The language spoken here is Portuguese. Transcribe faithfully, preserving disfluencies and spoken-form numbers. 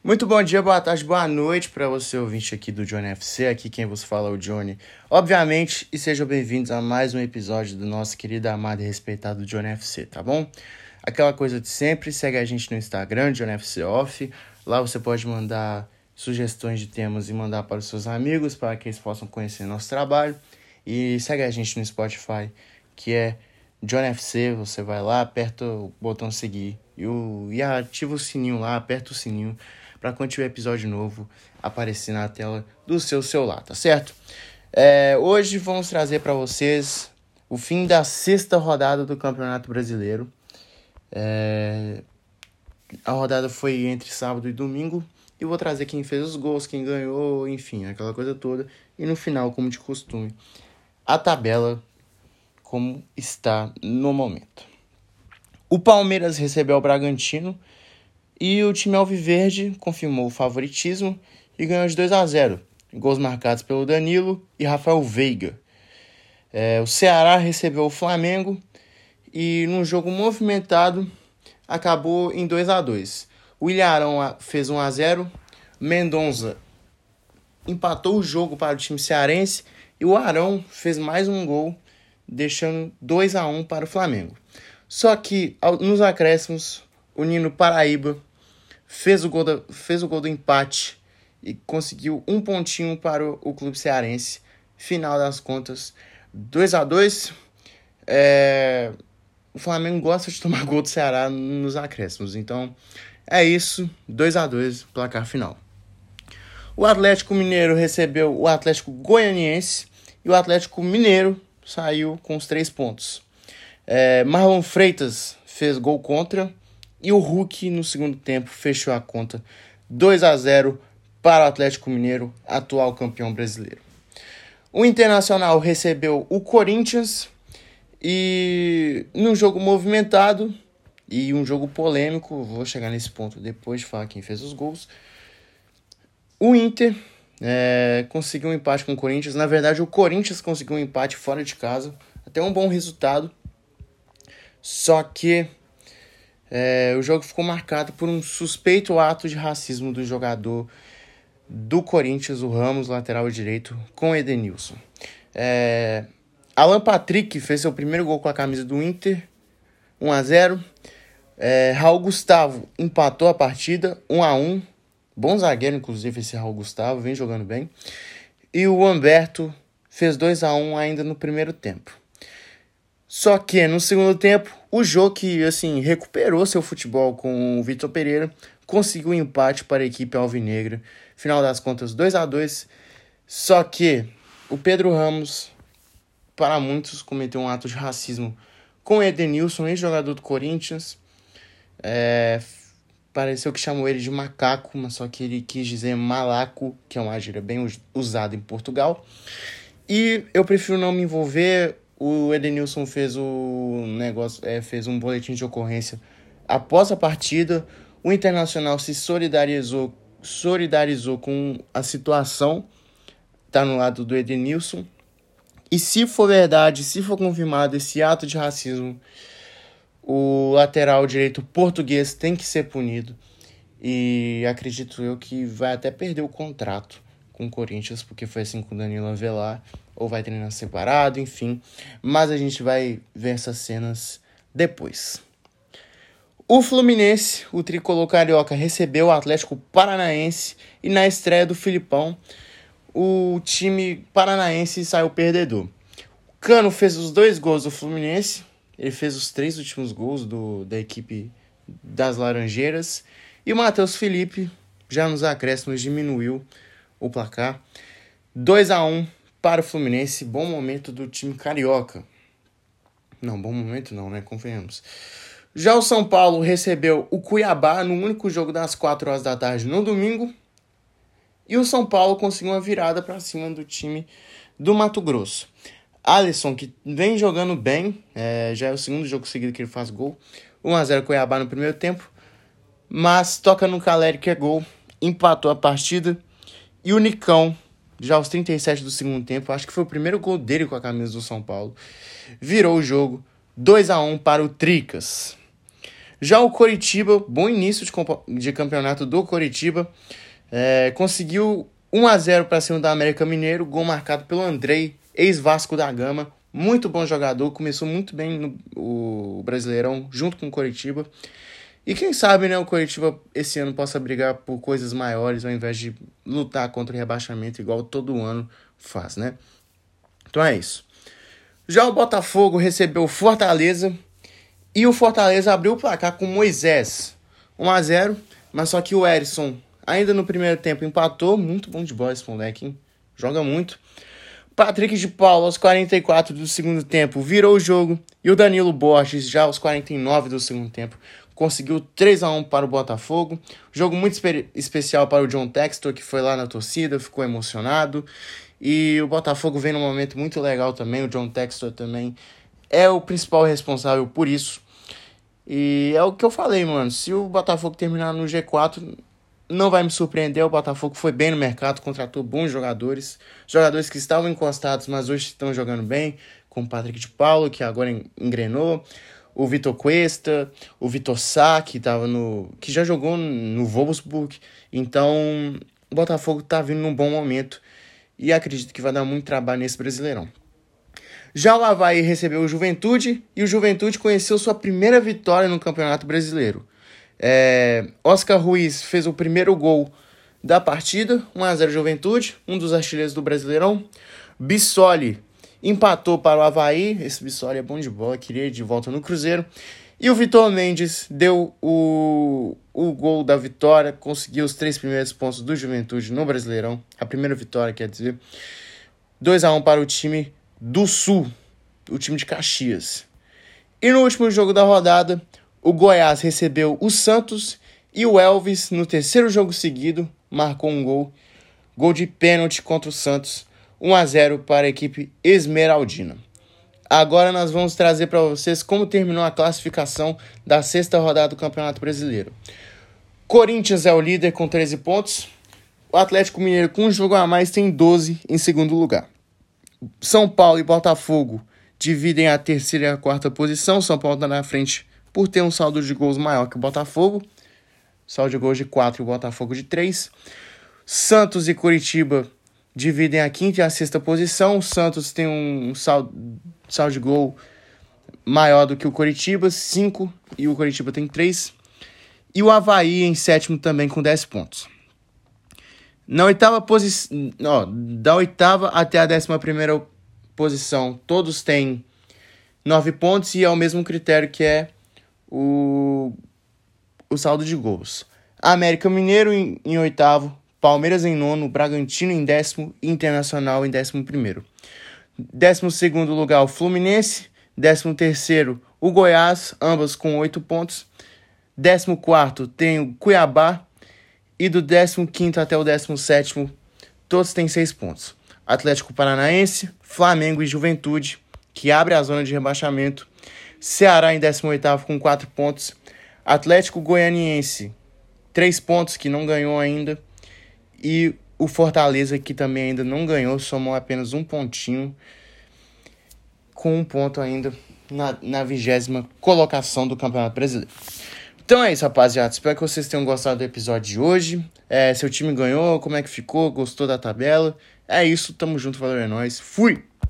Muito bom dia, boa tarde, boa noite para você ouvinte aqui do Johnny F C, aqui quem vos fala é o Johnny, obviamente, e sejam bem-vindos a mais um episódio do nosso querido, amado e respeitado Johnny F C, tá bom? Aquela coisa de sempre, segue a gente no Instagram, Johnny F C Off, lá você pode mandar sugestões de temas e mandar para os seus amigos, para que eles possam conhecer nosso trabalho, e segue a gente no Spotify, que é Johnny F C, você vai lá, aperta o botão seguir e, o, e ativa o sininho lá, aperta o sininho, para quando tiver episódio novo aparecer na tela do seu celular, tá certo? É, hoje vamos trazer para vocês o fim da sexta rodada do Campeonato Brasileiro. É, a rodada foi entre sábado e domingo e vou trazer quem fez os gols, quem ganhou, enfim, aquela coisa toda. E no final, como de costume, a tabela como está no momento. O Palmeiras recebeu o Bragantino e o time alviverde confirmou o favoritismo e ganhou de dois a zero. Gols marcados pelo Danilo e Rafael Veiga. É, o Ceará recebeu o Flamengo e num jogo movimentado acabou em dois a dois. O Ilharão fez um a zero, Mendonça empatou o jogo para o time cearense e o Arão fez mais um gol, deixando dois a um para o Flamengo. Só que nos acréscimos, o Nino Paraíba fez o gol, da, fez o gol do empate e conseguiu um pontinho para o, o clube cearense. Final das contas, dois a dois. É, o Flamengo gosta de tomar gol do Ceará nos acréscimos. Então, é isso, dois a dois, placar final. O Atlético Mineiro recebeu o Atlético Goianiense e o Atlético Mineiro saiu com os três pontos. É, Marlon Freitas fez gol contra e o Hulk no segundo tempo fechou a conta dois a zero para o Atlético Mineiro, atual campeão brasileiro. O Internacional recebeu o Corinthians e num jogo movimentado e um jogo polêmico, vou chegar nesse ponto depois de falar quem fez os gols, o Inter é, conseguiu um empate com o Corinthians. Na verdade, o Corinthians conseguiu um empate fora de casa, até um bom resultado, só que É, o jogo ficou marcado por um suspeito ato de racismo do jogador do Corinthians, o Ramos, lateral direito, com Edenilson. É, Alan Patrick fez seu primeiro gol com a camisa do Inter, um a zero. É, Raul Gustavo empatou a partida, um a um. Bom zagueiro, inclusive, esse Raul Gustavo, vem jogando bem. E o Humberto fez dois a um ainda no primeiro tempo. Só que no segundo tempo, o Jô, que assim, recuperou seu futebol com o Vitor Pereira, conseguiu um empate para a equipe alvinegra. Final das contas, dois a dois. Só que o Pedro Ramos, para muitos, cometeu um ato de racismo com o Edenilson, ex-jogador do Corinthians. É, pareceu que chamou ele de macaco, mas só que ele quis dizer malaco, que é uma gíria bem usada em Portugal. E eu prefiro não me envolver. O Edenilson fez o negócio, é, fez um boletim de ocorrência após a partida. O Internacional se solidarizou, solidarizou com a situação, tá no lado do Edenilson. E se for verdade, se for confirmado esse ato de racismo, o lateral direito português tem que ser punido. E acredito eu que vai até perder o contrato com o Corinthians, porque foi assim com o Danilo Avelar, ou vai treinar separado, enfim. Mas a gente vai ver essas cenas depois. O Fluminense, o tricolor carioca, recebeu o Atlético Paranaense e na estreia do Filipão, o time paranaense saiu perdedor. O Cano fez os dois gols do Fluminense, ele fez os três últimos gols do, da equipe das Laranjeiras, e o Matheus Felipe, já nos acréscimos, diminuiu o placar. dois a um para o Fluminense, bom momento do time carioca. Não, bom momento não, né? Convenhamos. Já o São Paulo recebeu o Cuiabá no único jogo das quatro horas da tarde no domingo. E o São Paulo conseguiu uma virada para cima do time do Mato Grosso. Alisson, que vem jogando bem, é, já é o segundo jogo seguido que ele faz gol. um a zero Cuiabá no primeiro tempo. Mas toca no Caleri que é gol, empatou a partida. E o Nicão, já aos trinta e sete do segundo tempo, acho que foi o primeiro gol dele com a camisa do São Paulo, virou o jogo dois a um para o Tricas. Já o Coritiba, bom início de, comp- de campeonato do Coritiba, é, conseguiu um a zero para cima do América Mineiro, gol marcado pelo Andrei, ex-Vasco da Gama, muito bom jogador, começou muito bem no o Brasileirão junto com o Coritiba. E quem sabe, né, o Coritiba esse ano possa brigar por coisas maiores ao invés de lutar contra o rebaixamento igual todo ano faz, né? Então é isso. Já o Botafogo recebeu o Fortaleza e o Fortaleza abriu o placar com Moisés, um a zero, mas só que o Erisson ainda no primeiro tempo empatou, muito bom de bola esse moleque, hein? Joga muito. Patrick de Paula aos quarenta e quatro do segundo tempo virou o jogo e o Danilo Borges já aos quarenta e nove do segundo tempo conseguiu três a um para o Botafogo. Jogo muito espe- especial para o John Textor, que foi lá na torcida, ficou emocionado. E o Botafogo vem num momento muito legal também. O John Textor também é o principal responsável por isso. E é o que eu falei, mano. Se o Botafogo terminar no G quatro, não vai me surpreender. O Botafogo foi bem no mercado, contratou bons jogadores. Jogadores que estavam encostados, mas hoje estão jogando bem. Como o Patrick de Paulo, que agora engrenou. O Vitor Cuesta, o Vitor Sá, que, tava no, que já jogou no Wolfsburg. Então, o Botafogo tá vindo num bom momento e acredito que vai dar muito trabalho nesse Brasileirão. Já o Avaí recebeu o Juventude e o Juventude conheceu sua primeira vitória no Campeonato Brasileiro. É, Oscar Ruiz fez o primeiro gol da partida, um a zero Juventude, um dos artilheiros do Brasileirão. Bissoli empatou para o Avaí, esse Bissoli é bom de bola, queria ir de volta no Cruzeiro. E o Vitor Mendes deu o, o gol da vitória, conseguiu os três primeiros pontos do Juventude no Brasileirão. A primeira vitória, quer dizer. dois a um para o time do Sul, o time de Caxias. E no último jogo da rodada, o Goiás recebeu o Santos e o Elvis, no terceiro jogo seguido, marcou um gol. Gol de pênalti contra o Santos. um a zero para a equipe esmeraldina. Agora nós vamos trazer para vocês como terminou a classificação da sexta rodada do Campeonato Brasileiro. Corinthians é o líder com treze pontos. O Atlético Mineiro, com um jogo a mais, tem doze em segundo lugar. São Paulo e Botafogo dividem a terceira e a quarta posição. São Paulo está na frente por ter um saldo de gols maior que o Botafogo. Saldo de gols de quatro e o Botafogo de três. Santos e Curitiba dividem a quinta e a sexta posição. O Santos tem um saldo, saldo de gol maior do que o Coritiba, cinco, e o Coritiba tem três. E o Avaí em sétimo também com dez pontos. Na oitava posição, da oitava até a décima primeira posição, todos têm nove pontos e é o mesmo critério que é o, o saldo de gols. América Mineiro em, em oitavo, Palmeiras em nono, Bragantino em décimo e Internacional em décimo primeiro. Décimo segundo lugar o Fluminense, décimo terceiro o Goiás, ambas com oito pontos. Décimo quarto tem o Cuiabá e do décimo quinto até o décimo sétimo todos têm seis pontos. Atlético Paranaense, Flamengo e Juventude, que abre a zona de rebaixamento. Ceará em décimo oitavo com quatro pontos. Atlético Goianiense, três pontos, que não ganhou ainda. E o Fortaleza, que também ainda não ganhou, somou apenas um pontinho, com um ponto ainda na, na vigésima colocação do Campeonato Brasileiro. Então é isso, rapaziada. Espero que vocês tenham gostado do episódio de hoje. É, seu time ganhou, como é que ficou, gostou da tabela? É isso, tamo junto, valeu, é nóis. Fui!